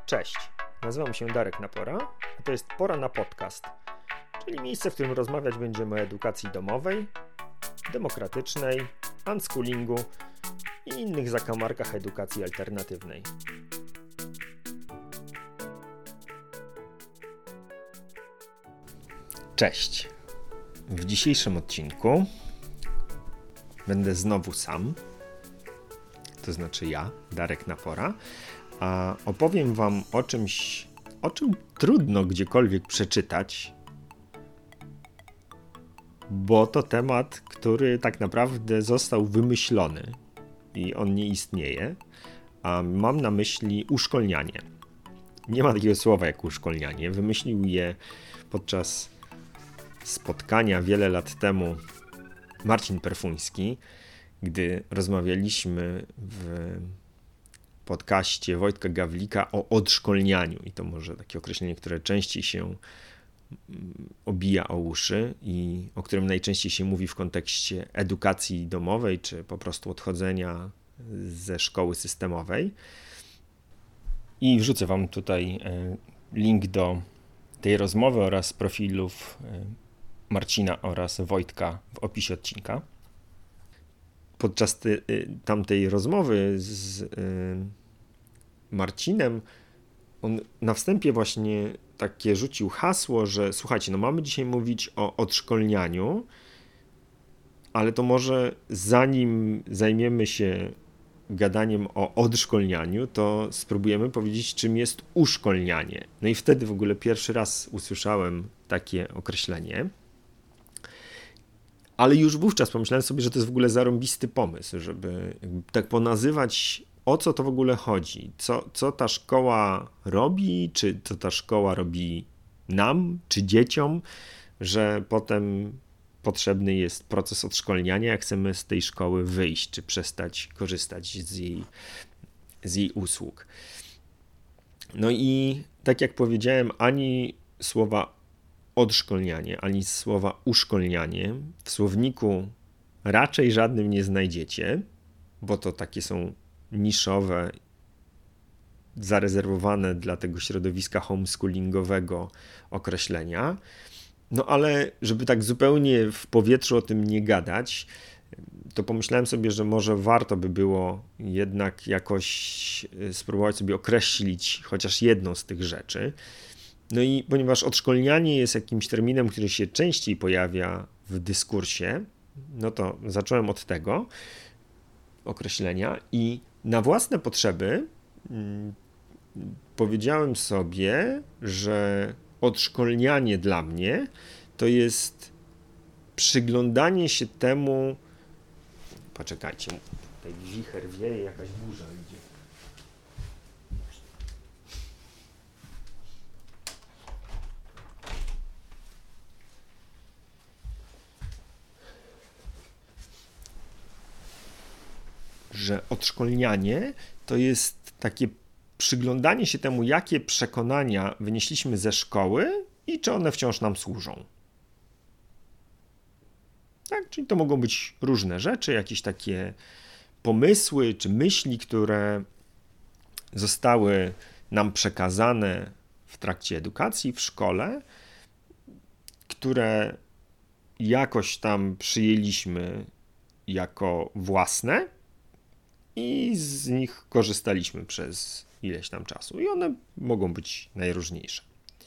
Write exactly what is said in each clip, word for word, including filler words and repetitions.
Cześć, nazywam się Darek Napora, a to jest Pora na Podcast, czyli miejsce, w którym rozmawiać będziemy o edukacji domowej, demokratycznej, unschoolingu i innych zakamarkach edukacji alternatywnej. Cześć. W dzisiejszym odcinku będę znowu sam, to znaczy ja, Darek Napora, a opowiem wam o czymś, o czym trudno gdziekolwiek przeczytać, bo to temat, który tak naprawdę został wymyślony i on nie istnieje, a mam na myśli uszkolnianie. Nie ma takiego słowa jak uszkolnianie. Wymyślił je podczas spotkania wiele lat temu Marcin Perfuński, gdy rozmawialiśmy w podcaście Wojtka Gawlika o odszkolnianiu. I to może takie określenie, które częściej się obija o uszy i o którym najczęściej się mówi w kontekście edukacji domowej, czy po prostu odchodzenia ze szkoły systemowej. I wrzucę wam tutaj link do tej rozmowy oraz profilów Marcina oraz Wojtka w opisie odcinka. Podczas ty, tamtej rozmowy z y, Marcinem on na wstępie właśnie takie rzucił hasło, że słuchajcie, no mamy dzisiaj mówić o odszkolnianiu, ale to może zanim zajmiemy się gadaniem o odszkolnianiu, to spróbujemy powiedzieć, czym jest uszkolnianie. No i wtedy w ogóle pierwszy raz usłyszałem takie określenie. Ale już wówczas pomyślałem sobie, że to jest w ogóle zarąbisty pomysł, żeby tak ponazywać, o co to w ogóle chodzi, co, co ta szkoła robi, czy co ta szkoła robi nam, czy dzieciom, że potem potrzebny jest proces odszkolniania, jak chcemy z tej szkoły wyjść, czy przestać korzystać z jej, z jej usług. No i tak jak powiedziałem, ani słowa odszkolnianie, ani słowa uszkolnianie w słowniku raczej żadnym nie znajdziecie, bo to takie są niszowe, zarezerwowane dla tego środowiska homeschoolingowego określenia. No ale żeby tak zupełnie w powietrzu o tym nie gadać, to pomyślałem sobie, że może warto by było jednak jakoś spróbować sobie określić chociaż jedną z tych rzeczy. No i ponieważ odszkolnianie jest jakimś terminem, który się częściej pojawia w dyskursie, no to zacząłem od tego określenia i na własne potrzeby hmm, powiedziałem sobie, że odszkolnianie dla mnie to jest przyglądanie się temu. Poczekajcie, tutaj wicher wieje, jakaś burza idzie. Że odszkolnianie to jest takie przyglądanie się temu, jakie przekonania wynieśliśmy ze szkoły i czy one wciąż nam służą. Tak, czyli to mogą być różne rzeczy, jakieś takie pomysły czy myśli, które zostały nam przekazane w trakcie edukacji w szkole, które jakoś tam przyjęliśmy jako własne i z nich korzystaliśmy przez ileś tam czasu. I one mogą być najróżniejsze.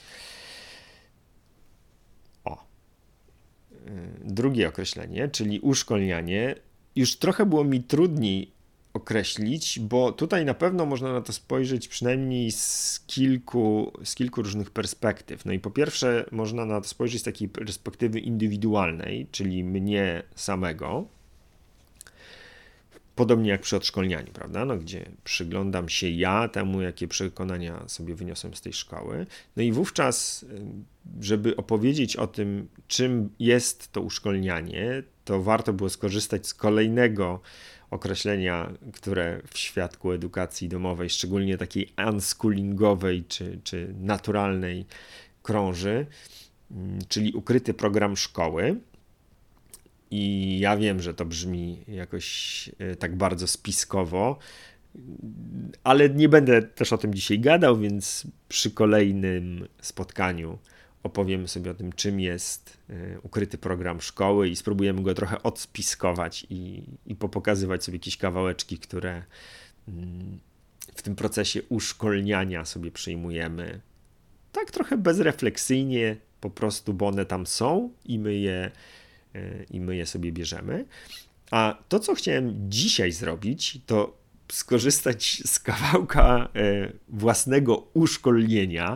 O. Drugie określenie, czyli uszkolnianie, już trochę było mi trudniej określić, bo tutaj na pewno można na to spojrzeć przynajmniej z kilku, z kilku różnych perspektyw. No i po pierwsze można na to spojrzeć z takiej perspektywy indywidualnej, czyli mnie samego, podobnie jak przy odszkolnianiu, prawda? No, gdzie przyglądam się ja temu, jakie przekonania sobie wyniosłem z tej szkoły. No i wówczas, żeby opowiedzieć o tym, czym jest to uszkolnianie, to warto było skorzystać z kolejnego określenia, które w świadku edukacji domowej, szczególnie takiej unschoolingowej czy, czy naturalnej, krąży, czyli ukryty program szkoły. I ja wiem, że to brzmi jakoś tak bardzo spiskowo, Ale nie będę też o tym dzisiaj gadał, więc przy kolejnym spotkaniu opowiemy sobie o tym, czym jest ukryty program szkoły i spróbujemy go trochę odspiskować i, i popokazywać sobie jakieś kawałeczki, które w tym procesie uszkolniania sobie przyjmujemy. Tak trochę bezrefleksyjnie, po prostu, bo one tam są i my je, i my je sobie bierzemy. A to, co chciałem dzisiaj zrobić, to skorzystać z kawałka własnego uszkolnienia,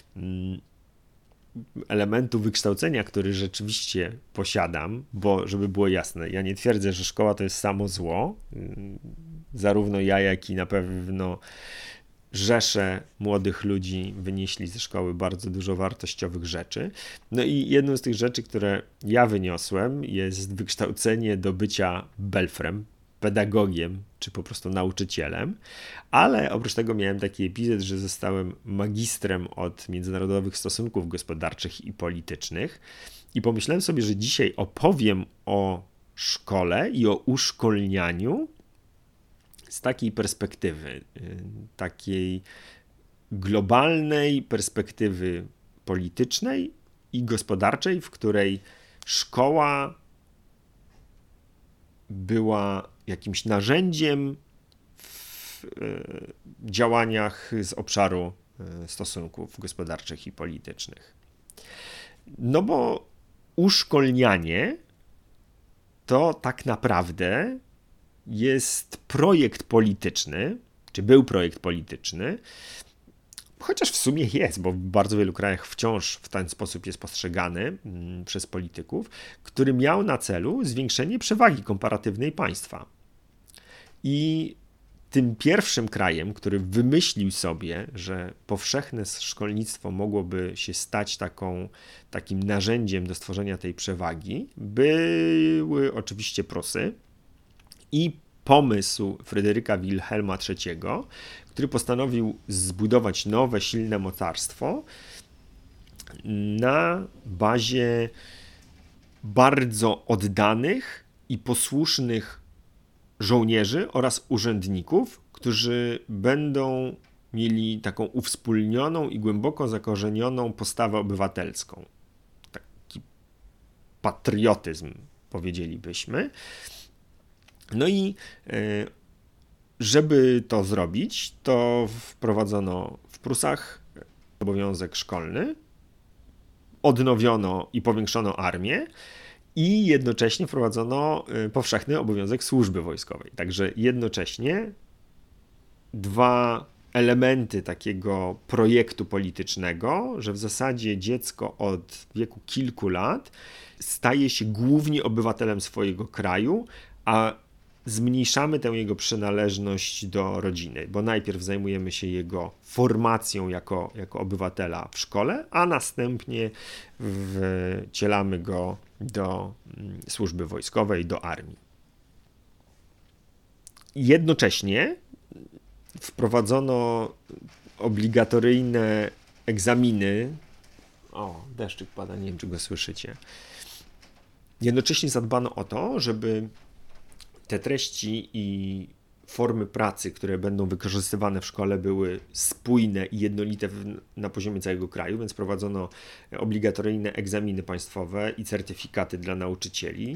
elementu wykształcenia, który rzeczywiście posiadam, bo żeby było jasne, ja nie twierdzę, że szkoła to jest samo zło. Zarówno ja, jak i na pewno rzesze młodych ludzi wynieśli ze szkoły bardzo dużo wartościowych rzeczy. No i jedną z tych rzeczy, które ja wyniosłem, jest wykształcenie do bycia belfrem, pedagogiem, czy po prostu nauczycielem, ale oprócz tego miałem taki epizod, że zostałem magistrem od międzynarodowych stosunków gospodarczych i politycznych i pomyślałem sobie, że dzisiaj opowiem o szkole i o uszkolnianiu z takiej perspektywy, takiej globalnej perspektywy politycznej i gospodarczej, w której szkoła była jakimś narzędziem w działaniach z obszaru stosunków gospodarczych i politycznych. No bo uszkolnianie to tak naprawdę jest projekt polityczny, czy był projekt polityczny, chociaż w sumie jest, bo w bardzo wielu krajach wciąż w ten sposób jest postrzegany przez polityków, który miał na celu zwiększenie przewagi komparatywnej państwa. I tym pierwszym krajem, który wymyślił sobie, że powszechne szkolnictwo mogłoby się stać taką, takim narzędziem do stworzenia tej przewagi, były oczywiście Prusy. I pomysł Fryderyka Wilhelma trzeciego, który postanowił zbudować nowe, silne mocarstwo na bazie bardzo oddanych i posłusznych żołnierzy oraz urzędników, którzy będą mieli taką uwspólnioną i głęboko zakorzenioną postawę obywatelską. Taki patriotyzm, powiedzielibyśmy. No i żeby to zrobić, to wprowadzono w Prusach obowiązek szkolny, odnowiono i powiększono armię i jednocześnie wprowadzono powszechny obowiązek służby wojskowej. Także jednocześnie dwa elementy takiego projektu politycznego, że w zasadzie dziecko od wieku kilku lat staje się głównie obywatelem swojego kraju, a zmniejszamy tę jego przynależność do rodziny, bo najpierw zajmujemy się jego formacją jako, jako obywatela w szkole, a następnie wcielamy go do służby wojskowej, do armii. Jednocześnie wprowadzono obligatoryjne egzaminy. O, deszczyk pada, nie wiem, czy go słyszycie. Jednocześnie zadbano o to, żeby te treści i formy pracy, które będą wykorzystywane w szkole, były spójne i jednolite w, na poziomie całego kraju, więc prowadzono obligatoryjne egzaminy państwowe i certyfikaty dla nauczycieli.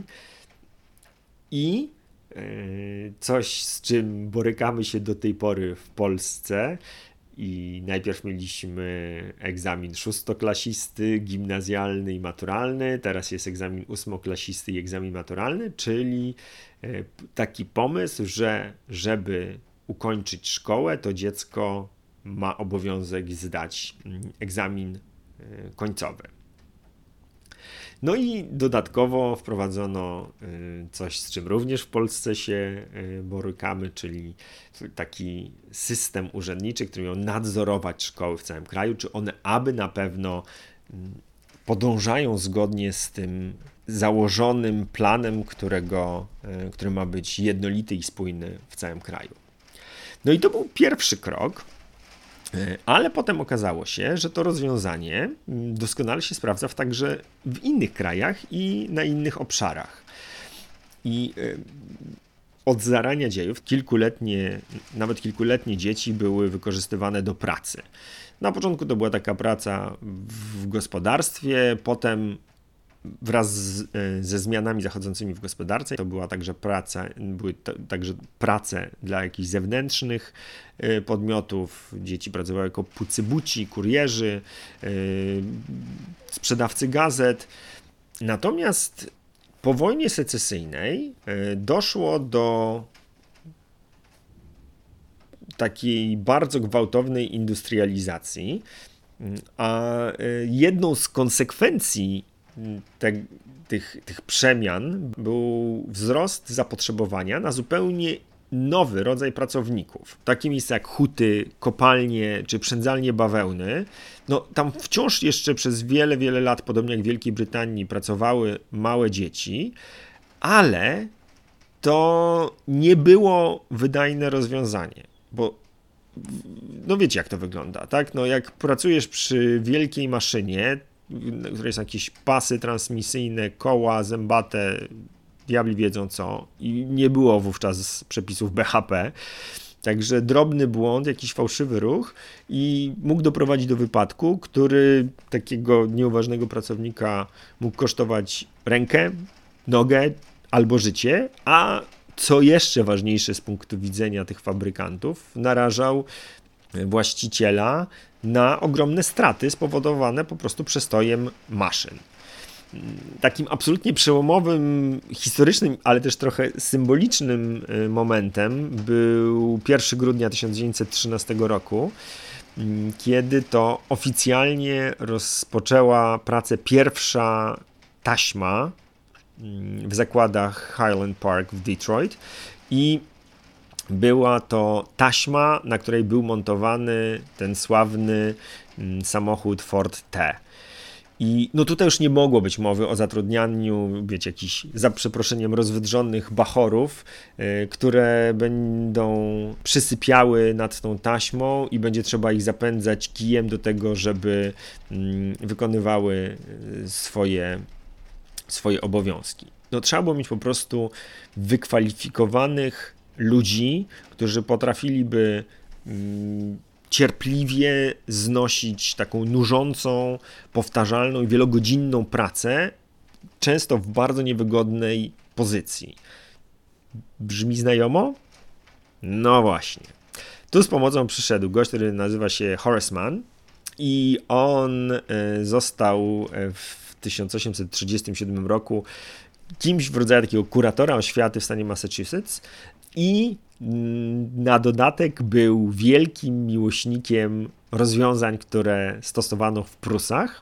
I yy, coś, z czym borykamy się do tej pory w Polsce, i najpierw mieliśmy egzamin szóstoklasisty, gimnazjalny i maturalny, teraz jest egzamin ósmoklasisty i egzamin maturalny, czyli taki pomysł, że żeby ukończyć szkołę, to dziecko ma obowiązek zdać egzamin końcowy. No i dodatkowo wprowadzono coś, z czym również w Polsce się borykamy, czyli taki system urzędniczy, który miał nadzorować szkoły w całym kraju, czy one aby na pewno podążają zgodnie z tym założonym planem, którego, który ma być jednolity i spójny w całym kraju. No i to był pierwszy krok, ale potem okazało się, że to rozwiązanie doskonale się sprawdza w także w innych krajach i na innych obszarach. I od zarania dziejów kilkuletnie, nawet kilkuletnie dzieci były wykorzystywane do pracy. Na początku to była taka praca w gospodarstwie, potem wraz z, ze zmianami zachodzącymi w gospodarce to była także praca, były to, także prace dla jakichś zewnętrznych podmiotów. Dzieci pracowały jako pucybuci, kurierzy, sprzedawcy gazet. Natomiast po wojnie secesyjnej doszło do takiej bardzo gwałtownej industrializacji, a jedną z konsekwencji te, tych, tych przemian był wzrost zapotrzebowania na zupełnie nowy rodzaj pracowników. Takie miejsca jak huty, kopalnie czy przędzalnie bawełny, no tam wciąż jeszcze przez wiele, wiele lat, podobnie jak w Wielkiej Brytanii, pracowały małe dzieci, ale to nie było wydajne rozwiązanie, bo no wiecie jak to wygląda, tak? No jak pracujesz przy wielkiej maszynie, w której są jakieś pasy transmisyjne, koła, zębate, diabli wiedzą co, i nie było wówczas przepisów B H P, także drobny błąd, jakiś fałszywy ruch i mógł doprowadzić do wypadku, który takiego nieuważnego pracownika mógł kosztować rękę, nogę albo życie, a co jeszcze ważniejsze z punktu widzenia tych fabrykantów, narażał właściciela na ogromne straty spowodowane po prostu przestojem maszyn. Takim absolutnie przełomowym, historycznym, ale też trochę symbolicznym momentem był pierwszego grudnia tysiąc dziewięćset trzynastego roku, kiedy to oficjalnie rozpoczęła pracę pierwsza taśma w zakładach Highland Park w Detroit i była to taśma, na której był montowany ten sławny samochód Ford T. I no tutaj już nie mogło być mowy o zatrudnianiu, wiecie, jakichś, za przeproszeniem, rozwydrzonych bachorów, yy, które będą przysypiały nad tą taśmą i będzie trzeba ich zapędzać kijem do tego, żeby yy, wykonywały swoje, swoje obowiązki. No trzeba było mieć po prostu wykwalifikowanych ludzi, którzy potrafiliby yy, cierpliwie znosić taką nużącą, powtarzalną i wielogodzinną pracę, często w bardzo niewygodnej pozycji. Brzmi znajomo? No właśnie. Tu z pomocą przyszedł gość, który nazywa się Horace Mann i on został w tysiąc osiemset trzydziestym siódmym roku kimś w rodzaju takiego kuratora oświaty w stanie Massachusetts i na dodatek był wielkim miłośnikiem rozwiązań, które stosowano w Prusach.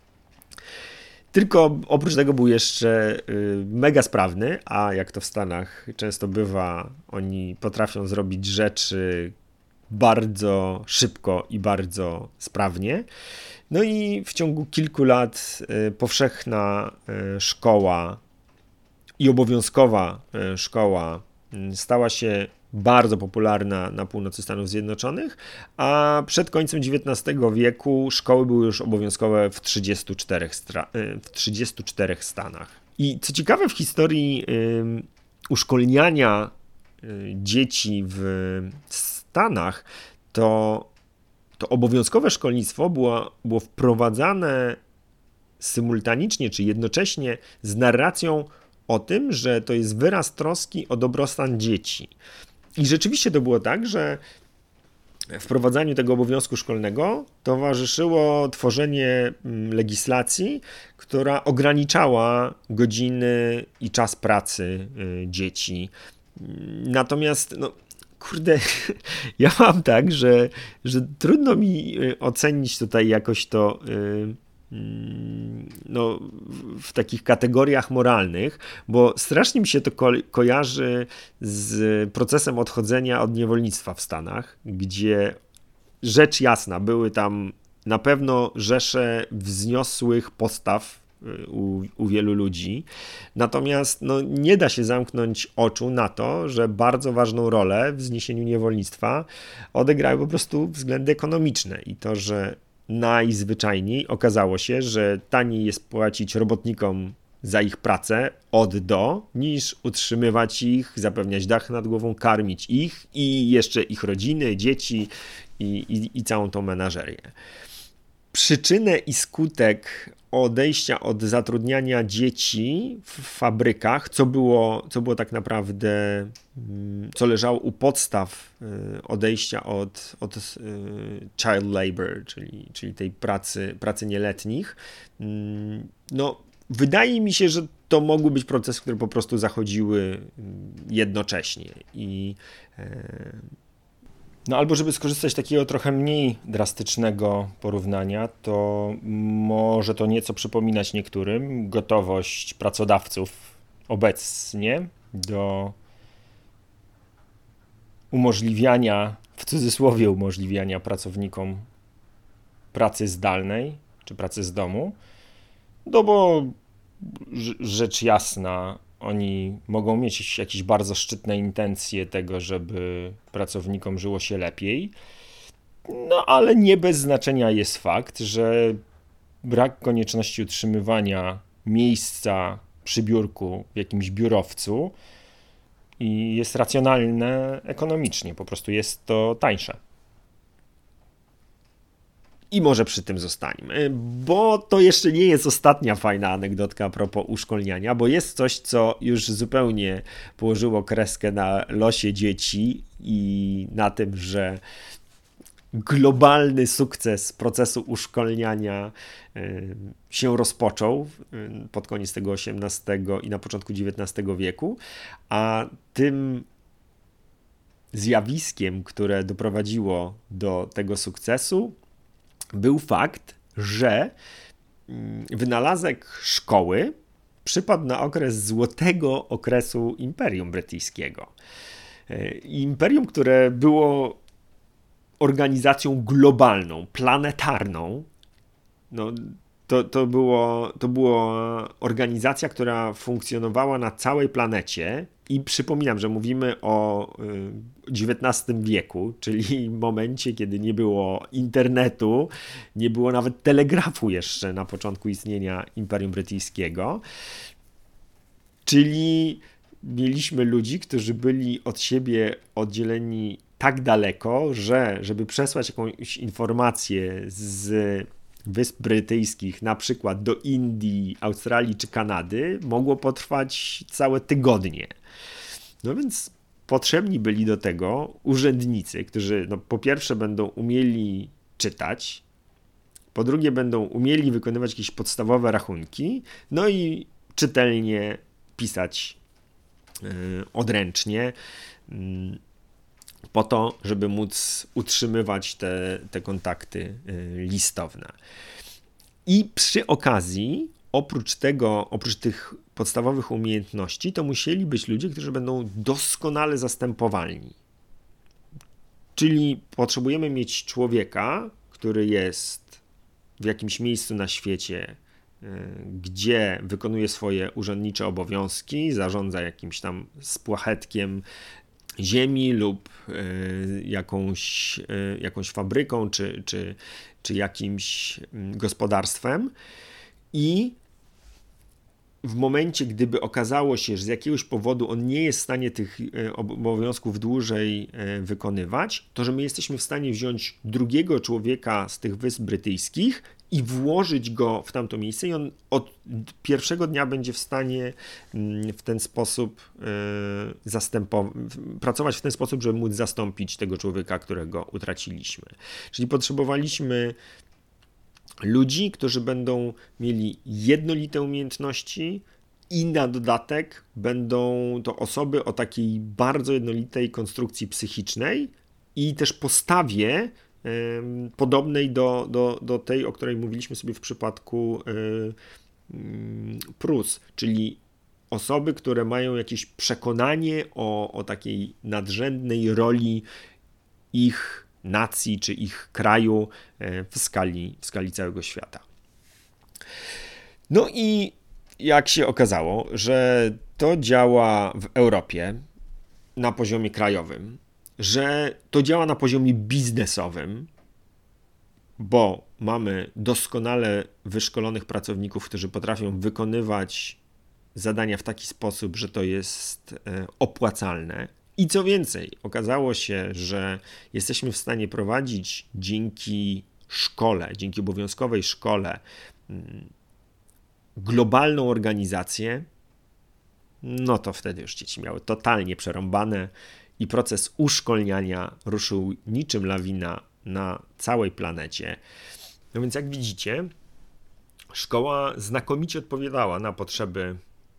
Tylko oprócz tego był jeszcze mega sprawny, a jak to w Stanach często bywa, oni potrafią zrobić rzeczy bardzo szybko i bardzo sprawnie. No i w ciągu kilku lat powszechna szkoła i obowiązkowa szkoła stała się bardzo popularna na północy Stanów Zjednoczonych, a przed końcem dziewiętnastego wieku szkoły były już obowiązkowe w trzydziestu czterech, stra- w trzydziestu czterech stanach. I co ciekawe, w historii y, uszkolniania y, dzieci w Stanach, to, to obowiązkowe szkolnictwo było, było wprowadzane symultanicznie, czy jednocześnie z narracją o tym, że to jest wyraz troski o dobrostan dzieci. I rzeczywiście to było tak, że wprowadzaniu tego obowiązku szkolnego towarzyszyło tworzenie legislacji, która ograniczała godziny i czas pracy dzieci. Natomiast, no, kurde, ja mam tak, że, że trudno mi ocenić tutaj jakoś to no, w takich kategoriach moralnych, bo strasznie mi się to ko- kojarzy z procesem odchodzenia od niewolnictwa w Stanach, gdzie rzecz jasna, były tam na pewno rzesze wzniosłych postaw u, u wielu ludzi, natomiast no, nie da się zamknąć oczu na to, że bardzo ważną rolę w zniesieniu niewolnictwa odegrały po prostu względy ekonomiczne i to, że najzwyczajniej okazało się, że taniej jest płacić robotnikom za ich pracę od do, niż utrzymywać ich, zapewniać dach nad głową, karmić ich i jeszcze ich rodziny, dzieci i, i, i całą tą menażerię. Przyczynę i skutek odejścia od zatrudniania dzieci w fabrykach, co było, co było tak naprawdę, co leżało u podstaw odejścia od, od child labor, czyli, czyli tej pracy, pracy nieletnich, no wydaje mi się, że to mogły być procesy, które po prostu zachodziły jednocześnie i no albo żeby skorzystać z takiego trochę mniej drastycznego porównania, to może to nieco przypominać niektórym gotowość pracodawców obecnie do umożliwiania, w cudzysłowie umożliwiania pracownikom pracy zdalnej czy pracy z domu, no bo rzecz jasna, oni mogą mieć jakieś bardzo szczytne intencje tego, żeby pracownikom żyło się lepiej, no ale nie bez znaczenia jest fakt, że brak konieczności utrzymywania miejsca przy biurku w jakimś biurowcu i jest racjonalne ekonomicznie, po prostu jest to tańsze. I może przy tym zostańmy, bo to jeszcze nie jest ostatnia fajna anegdotka a propos uszkolniania, bo jest coś, co już zupełnie położyło kreskę na losie dzieci i na tym, że globalny sukces procesu uszkolniania się rozpoczął pod koniec tego osiemnastego i na początku dziewiętnastego wieku, a tym zjawiskiem, które doprowadziło do tego sukcesu, był fakt, że wynalazek szkoły przypadł na okres złotego okresu Imperium Brytyjskiego. Imperium, które było organizacją globalną, planetarną, no, to, to, było, to była organizacja, która funkcjonowała na całej planecie i przypominam, że mówimy o dziewiętnastym wieku, czyli momencie, kiedy nie było internetu, nie było nawet telegrafu jeszcze na początku istnienia Imperium Brytyjskiego, czyli mieliśmy ludzi, którzy byli od siebie oddzieleni tak daleko, że żeby przesłać jakąś informację z Wysp Brytyjskich, na przykład do Indii, Australii czy Kanady, mogło potrwać całe tygodnie. No więc potrzebni byli do tego urzędnicy, którzy no, po pierwsze będą umieli czytać, po drugie będą umieli wykonywać jakieś podstawowe rachunki, no i czytelnie pisać yy, odręcznie, yy, po to, żeby móc utrzymywać te, te kontakty listowne. I przy okazji, oprócz tego, oprócz tych podstawowych umiejętności, to musieli być ludzie, którzy będą doskonale zastępowalni. Czyli potrzebujemy mieć człowieka, który jest w jakimś miejscu na świecie, gdzie wykonuje swoje urzędnicze obowiązki, zarządza jakimś tam spłachetkiem ziemi lub jakąś, jakąś fabryką czy, czy, czy jakimś gospodarstwem i w momencie, gdyby okazało się, że z jakiegoś powodu on nie jest w stanie tych obowiązków dłużej wykonywać, to że my jesteśmy w stanie wziąć drugiego człowieka z tych Wysp Brytyjskich i włożyć go w tamto miejsce i on od pierwszego dnia będzie w stanie w ten sposób zastępować, pracować w ten sposób, żeby móc zastąpić tego człowieka, którego utraciliśmy. Czyli potrzebowaliśmy ludzi, którzy będą mieli jednolite umiejętności i na dodatek będą to osoby o takiej bardzo jednolitej konstrukcji psychicznej i też postawie podobnej do, do, do tej, o której mówiliśmy sobie w przypadku Prus, czyli osoby, które mają jakieś przekonanie o, o takiej nadrzędnej roli ich nacji czy ich kraju w skali, w skali całego świata. No i jak się okazało, że to działa w Europie na poziomie krajowym, że to działa na poziomie biznesowym, bo mamy doskonale wyszkolonych pracowników, którzy potrafią wykonywać zadania w taki sposób, że to jest opłacalne. I co więcej, okazało się, że jesteśmy w stanie prowadzić dzięki szkole, dzięki obowiązkowej szkole globalną organizację, no to wtedy już dzieci miały totalnie przerąbane i proces uszkolniania ruszył niczym lawina na całej planecie. No więc jak widzicie, szkoła znakomicie odpowiadała na potrzeby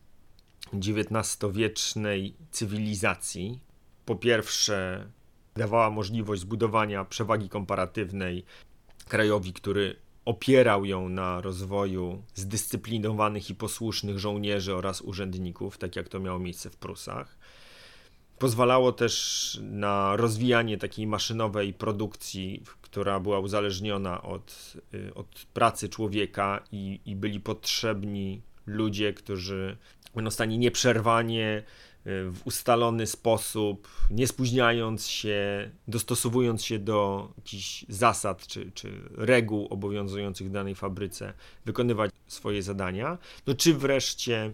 dziewiętnastowiecznej cywilizacji. Po pierwsze, dawała możliwość zbudowania przewagi komparatywnej krajowi, który opierał ją na rozwoju zdyscyplinowanych i posłusznych żołnierzy oraz urzędników, tak jak to miało miejsce w Prusach. Pozwalało też na rozwijanie takiej maszynowej produkcji, która była uzależniona od, od pracy człowieka i, i byli potrzebni ludzie, którzy będą w stanie nieprzerwanie, w ustalony sposób, nie spóźniając się, dostosowując się do jakichś zasad czy, czy reguł obowiązujących w danej fabryce, wykonywać swoje zadania. No czy wreszcie,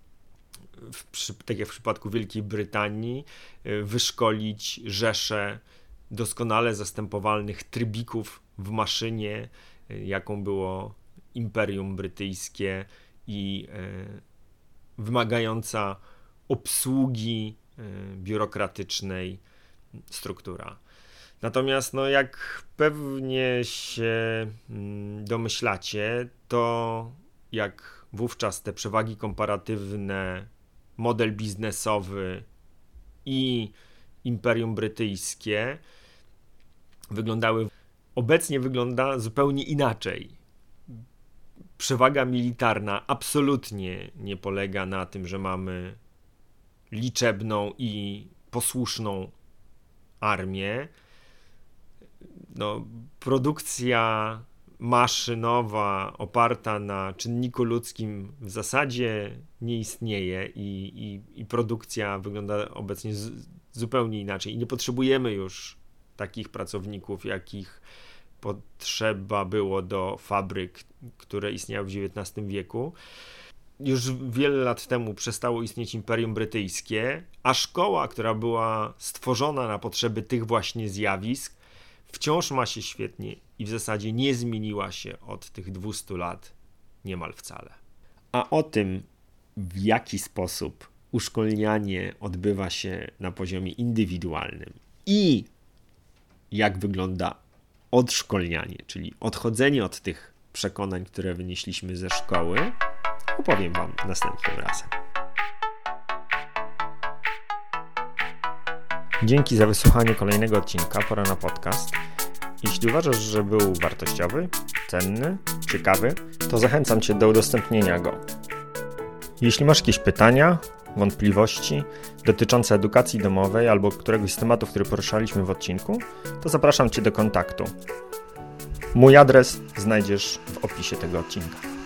w, tak jak w przypadku Wielkiej Brytanii, wyszkolić rzeszę doskonale zastępowalnych trybików w maszynie, jaką było Imperium Brytyjskie i wymagająca obsługi biurokratycznej struktura. Natomiast, no, jak pewnie się domyślacie, to jak wówczas te przewagi komparatywne, model biznesowy i Imperium Brytyjskie wyglądały, obecnie wygląda zupełnie inaczej. Przewaga militarna absolutnie nie polega na tym, że mamy liczebną i posłuszną armię. No, produkcja maszynowa oparta na czynniku ludzkim w zasadzie nie istnieje i, i, i produkcja wygląda obecnie z, zupełnie inaczej. I nie potrzebujemy już takich pracowników, jakich potrzeba było do fabryk, które istniały w dziewiętnastym wieku. Już wiele lat temu przestało istnieć Imperium Brytyjskie, a szkoła, która była stworzona na potrzeby tych właśnie zjawisk, wciąż ma się świetnie i w zasadzie nie zmieniła się od tych dwustu lat niemal wcale. A o tym, w jaki sposób uszkolnianie odbywa się na poziomie indywidualnym i jak wygląda odszkolnianie, czyli odchodzenie od tych przekonań, które wynieśliśmy ze szkoły, opowiem Wam następnym razem. Dzięki za wysłuchanie kolejnego odcinka Pora na podcast. Jeśli uważasz, że był wartościowy, cenny, ciekawy, to zachęcam Cię do udostępnienia go. Jeśli masz jakieś pytania, wątpliwości dotyczące edukacji domowej albo któregoś z tematów, który poruszaliśmy w odcinku, to zapraszam Cię do kontaktu. Mój adres znajdziesz w opisie tego odcinka.